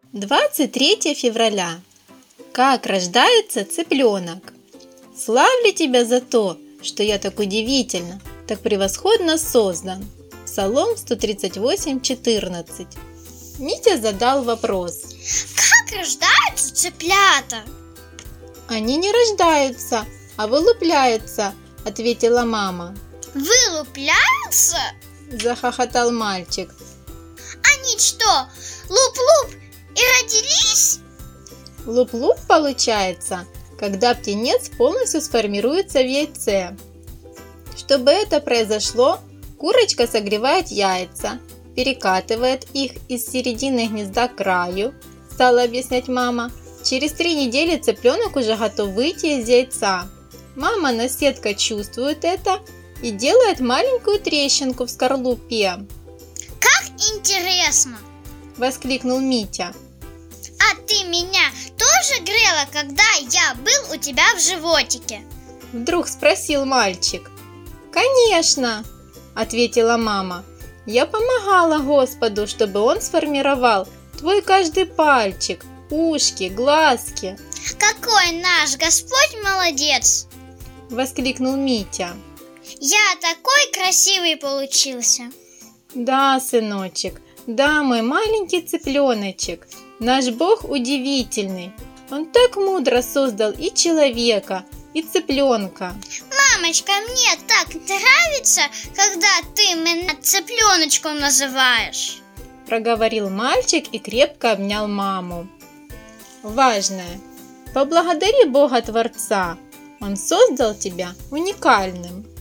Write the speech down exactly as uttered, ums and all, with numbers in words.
двадцать третье февраля. Как рождается цыпленок? Славлю тебя за то, что я так удивительно, так превосходно создан. Псалом сто тридцать восемь, четырнадцать. Митя задал вопрос. Как рождаются цыплята? Они не рождаются, а вылупляются, ответила мама. Вылупляются? Захохотал мальчик. Они что, луп-луп и родились? Луп-луп получается, когда птенец полностью сформируется в яйце. Чтобы это произошло, курочка согревает яйца, перекатывает их из середины гнезда к краю, стала объяснять мама. Через три недели цыпленок уже готов выйти из яйца. Мама-наседка чувствует это и делает маленькую трещинку в скорлупе. Как интересно! Воскликнул Митя. А ты меня тоже грела, когда я был у тебя в животике? Вдруг спросил мальчик. Конечно, ответила мама. Я помогала Господу, чтобы Он сформировал твой каждый пальчик, ушки, глазки. Какой наш Господь молодец! Воскликнул Митя. Я такой красивый получился. Да, сыночек, да, мой маленький цыпленочек. Наш Бог удивительный. Он так мудро создал и человека, и цыпленка. Мамочка, мне так нравится, когда ты меня цыпленочком называешь. Проговорил мальчик и крепко обнял маму. Важное. Поблагодари Бога Творца. Он создал тебя уникальным.